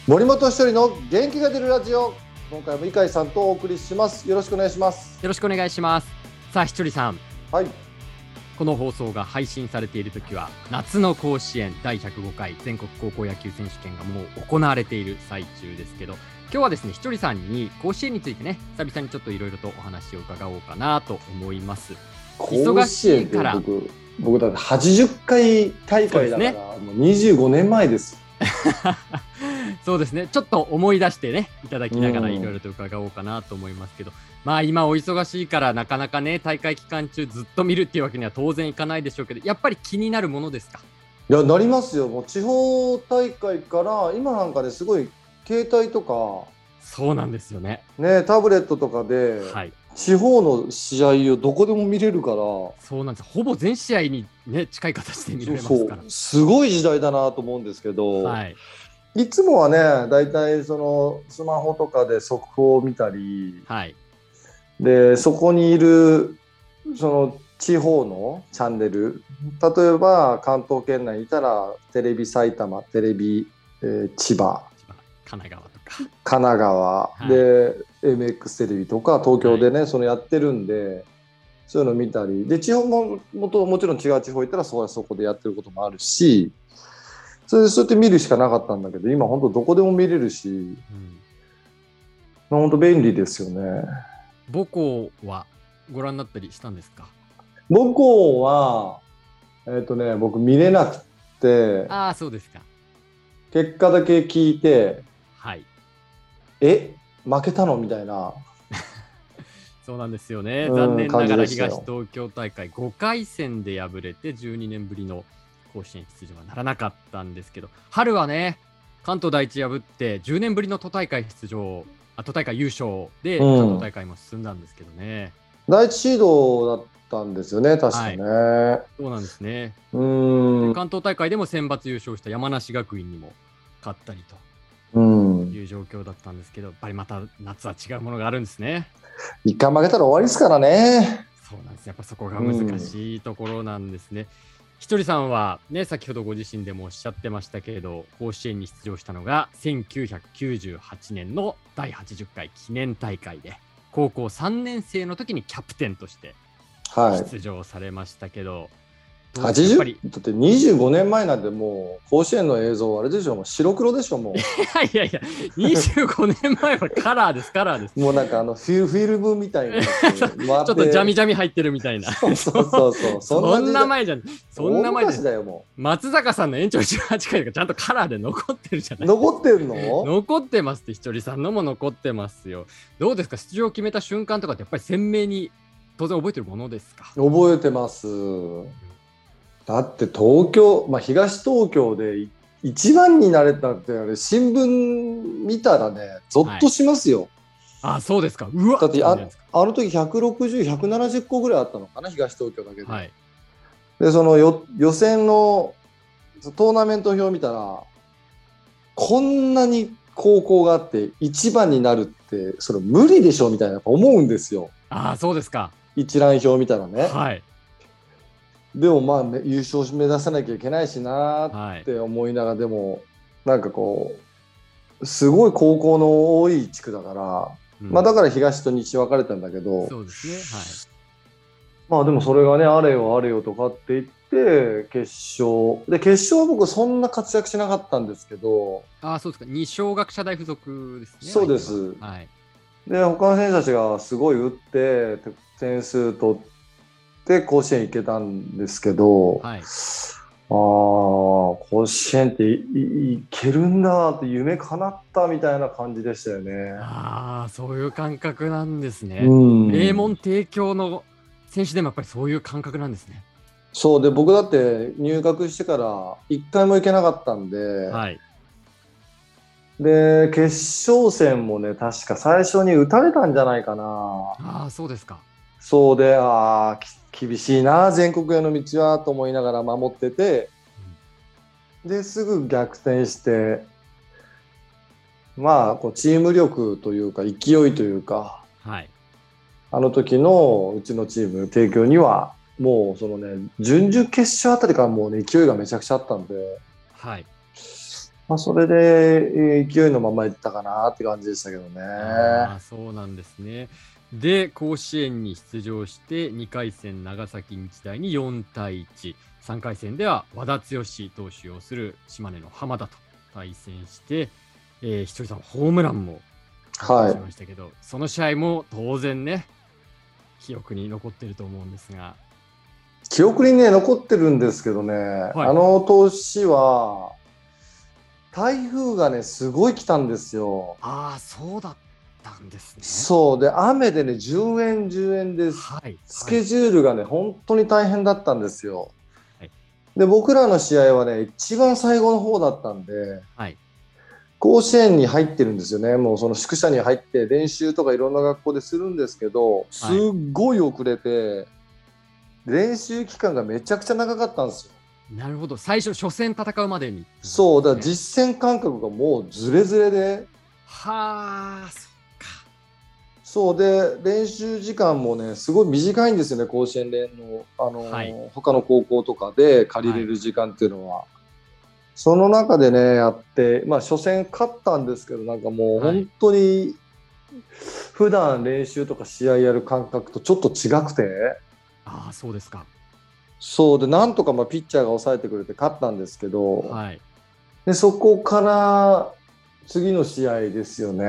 森本一人の元気が出るラジオ、今回も井海さんとお送りします。よろしくお願いします。 よろしくお願いします。さあ、ひとりさん、 はい、 この放送が配信されている時は夏の甲子園第105回全国高校野球選手権がもう行われている最中ですけど、今日はですね、ひとりさんに甲子園についてね、久々にちょっといろいろとお話を伺おうかなと思います。忙しいから僕だって80回大会だから、もう25年前です。 そうですね、ちょっと思い出してねいただきながらいろいろと伺おうかなと思いますけど、まあ今お忙しいからなかなかね大会期間中ずっと見るっていうわけには当然いかないでしょうけど、やっぱり気になるものですか？ いや、なりますよ。もう地方大会から今なんかですごい携帯とかそうなんですよね。 タブレットとかで、はい、地方の試合をどこでも見れるから、 そうなんです。ほぼ全試合にね近い形で見られますから。 すごい時代だなと思うんですけど、 はい、 いつもはねだいたいそのスマホとかで速報を見たり、はい、でそこにいるその地方のチャンネル、例えば関東圏内にいたらテレビ埼玉、テレビ、千葉、 神奈川とか神奈川、はい、で MX テレビとか東京でね、はい、そのやってるんで、そういうの見たりで、地方ももちろん違う地方行ったらそこでやってることもあるし、そうやって見るしかなかったんだけど、今本当どこでも見れるし、本当便利ですよね。 母校はご覧になったりしたんですか？ 母校は僕見れなくて、 ああそうですか。 結果だけ聞いて、 はい、 負けたのみたいなそうなんですよね。残念ながら東東京大会5回戦で敗れて12年ぶりの甲子園出場はならなかったんですけど、春はね関東第一破って10年ぶりの都大会出場、都大会優勝で関東大会も進んだんですけどね、 第一シードだったんですよね、確かね、 はい、そうなんですね。で関東大会でも選抜優勝した山梨学院にも勝ったりという状況だったんですけど、やっぱりまた夏は違うものがあるんですね。 一回負けたら終わりですからね。 そうなんです。やっぱそこが難しいところなんですね。ひとりさんはね、先ほどご自身でもおっしゃってましたけれど、甲子園に出場したのが1998年の第80回記念大会で、高校3年生の時にキャプテンとして出場されましたけど、 はい、80? だって25年前なんてもう甲子園の映像あれでしょ、もう白黒でしょ、もう。 いや25年前はカラーです。 もうなんかフィルムみたいなちょっとジャミジャミ入ってるみたいな。 そうそんな前じゃん。そんな前だよ。もう松坂さんの延長18回がちゃんとカラーで残ってるじゃない。 残ってるの？ 残ってますって。ひとりさんのも残ってますよ。どうですか、出場を決めた瞬間とかってやっぱり鮮明に当然覚えてるものですか？ 覚えてます。だって東京、東東京で一番になれたって、あれ新聞見たらねゾッとしますよ。 はい、あ、そうですか。うわ、 だってあの時160、170個ぐらいあったのかな、東東京だけで。はい、でその予選のトーナメント表見たら、こんなに高校があって一番になるってそれ無理でしょみたいな思うんですよ。 あ、そうですか。 一覧表見たらね。 はい、 でも優勝目指さなきゃいけないしなって思いながら、でもなんかこうすごい高校の多い地区だから、だから東と西分かれたんだけど、 そうですね、はい、 でもそれがねあれよとかって言って決勝は僕そんな活躍しなかったんですけど。 そうですか。二松学舎大附属ですね。 そうです、 はい、 で他の選手たちがすごい打って点数取って甲子園行けたんですけど、はい、甲子園っていけるんだって夢叶ったみたいな感じでしたよね。 そういう感覚なんですね。名門帝京の選手でもやっぱりそういう感覚なんですね。 そうで、僕だって入学してから1回も行けなかったんで、はい、で決勝戦もね確か最初に打たれたんじゃないかな。 そうですか。 そうで、厳しいな全国への道はと思いながら守ってて、ですぐ逆転して、こうチーム力というか勢いというか、はい、あの時のうちのチーム帝京にはもう準々決勝あたりからもうね勢いがめちゃくちゃあったんで、 はい、 それで勢いのままいったかなって感じでしたけどね。 そうなんですね。で、甲子園に出場して2回戦長崎日大に4対1、3回戦では和田剛投手を擁する島根の浜田と対戦して、ひとりさんホームランも打ちましたけど、その試合も当然ね、記憶に残ってると思うんですが。 記憶にね残ってるんですけどね、あの年は台風がねすごい来たんですよ。 そうだったんですね。 そうで、雨でね10円です、スケジュールがね本当に大変だったんですよ。で僕らの試合はね一番最後の方だったんで、甲子園に入ってるんですよね。もうその宿舎に入って練習とかいろんな学校でするんですけど、すっごい遅れて、練習期間がめちゃくちゃ長かったんですよ。 なるほど、最初初戦戦うまでに。 そうだから実戦感覚がもうズレズレで、 そっか。 そうで練習時間もねすごい短いんですよね、甲子園連の他の高校とかで借りれる時間っていうのは。その中でねやって、初戦勝ったんですけど、なんかもう本当に普段練習とか試合やる感覚とちょっと違くて。 そうですか。 そうでなんとかピッチャーが抑えてくれて勝ったんですけど、でそこから次の試合ですよね。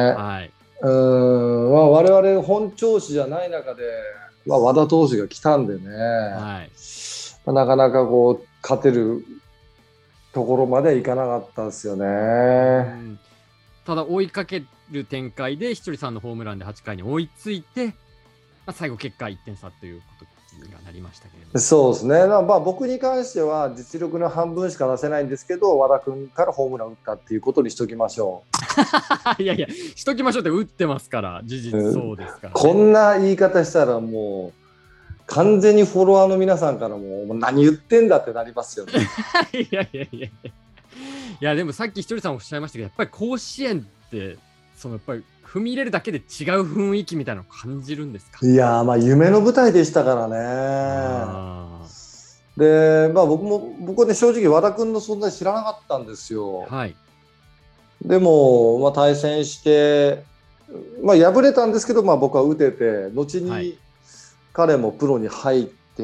我々本調子じゃない中で、和田投手が来たんでね、なかなかこう勝てるところまではいかなかったですよね。 ただ追いかける展開でひとりさんのホームランで8回に追いついて、最後結果1点差ということになりましたけれども。 そうですね。僕に関しては実力の半分しか出せないんですけど、和田君からホームラン打ったっていうことにしときましょう。いやいや、しときましょうって打ってますから、事実そうですから、ね。 こんな言い方したらもう完全にフォロワーの皆さんからも何言ってんだってなりますよね。 いやでもさっきひとりさんおっしゃいましたけど、やっぱり甲子園ってやっぱり踏み入れるだけで違う雰囲気みたいなのを感じるんですか？ いや夢の舞台でしたからね。で僕はね正直和田君の存在知らなかったんですよ。でも対戦して敗れたんですけど、僕は打てて、後に彼もプロに入って、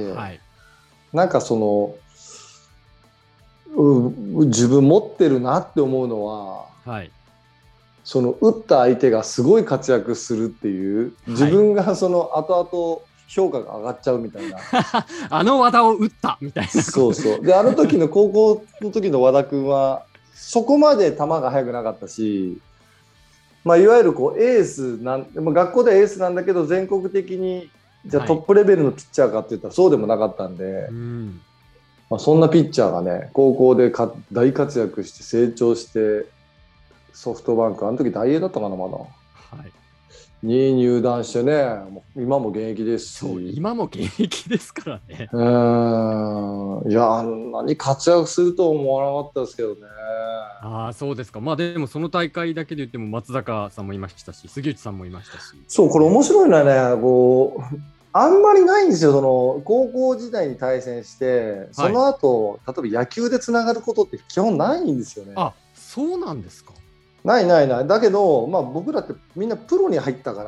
なんか自分持ってるなって思うのは、その打った相手がすごい活躍するっていう、自分が後々評価が上がっちゃうみたいなあの和田を打ったみたいな。 そうで、あの時の高校の時の和田君はそこまで球が速くなかったし、いわゆるエース学校ではエースなんだけど、全国的にじゃあトップレベルのピッチャーかって言ったらそうでもなかったんで、そんなピッチャーがね高校で大活躍して成長して、ソフトバンクあの時大英だったかなまだ、に入団してね、今も現役ですし。 今も現役ですからね。 いやあんなに活躍すると思わなかったですけどね。 そうですか。でもその大会だけで言っても松坂さんもいましたし、杉内さんもいましたし。 そう、これ面白いのはね、あんまりないんですよ。高校時代に対戦して、その後、例えば野球でつながることって基本ないんですよね。 そうなんですか。 ないだけど、僕らってみんなプロに入ったから、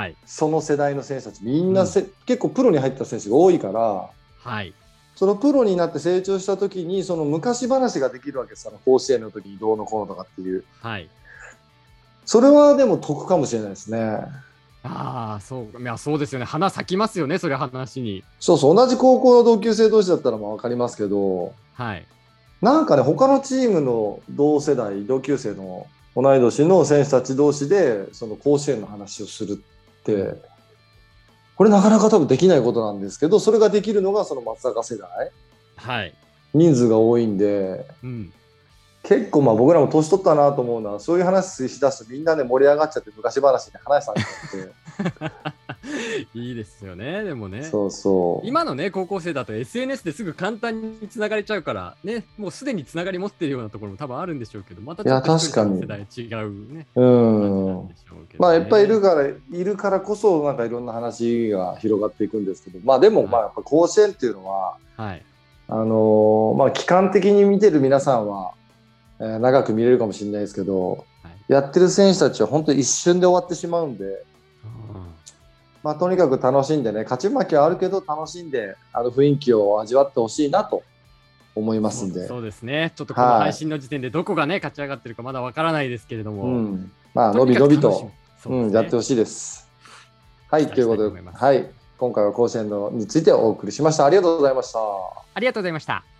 その世代の選手たちみんな結構プロに入った選手が多いから、そのプロになって成長した時にその昔話ができるわけです。甲子園の時にどうのこうのとかっていう、それはでも得かもしれないですね。 そうですよね。花咲きますよね、それ話に。 そう同じ高校の同級生同士だったら分かりますけど、なんかね他のチームの同世代同級生の同い年の選手たち同士でその甲子園の話をするって、これなかなか多分できないことなんですけど、それができるのがその松坂世代、人数が多いんで、結構僕らも年取ったなと思うのは、そういう話しだすとみんなで盛り上がっちゃって昔話で話されていいですよね。でもね、 今のね高校生だと SNS ですぐ簡単につながれちゃうからね、もうすでにつながり持ってるようなところも多分あるんでしょうけど、またちょっと世代違うね。 やっぱりいるからこそなんかいろんな話が広がっていくんですけど、でもやっぱ甲子園っていうのは、期間的に見てる皆さんは長く見れるかもしれないですけど、 はい、 やってる選手たちは本当に一瞬で終わってしまうんで、まあ、とにかく楽しんでね、勝ち負けはあるけど楽しんで、雰囲気を味わってほしいなと思いますんで。 そうですね。ちょっとこの配信の時点でどこがね、勝ち上がってるかまだわからないですけれども、 まあ、伸び伸びと、 ね、 やってほしいです。はい、ということで、はい、今回は甲子園についてお送りしました。ありがとうございました。 ありがとうございました。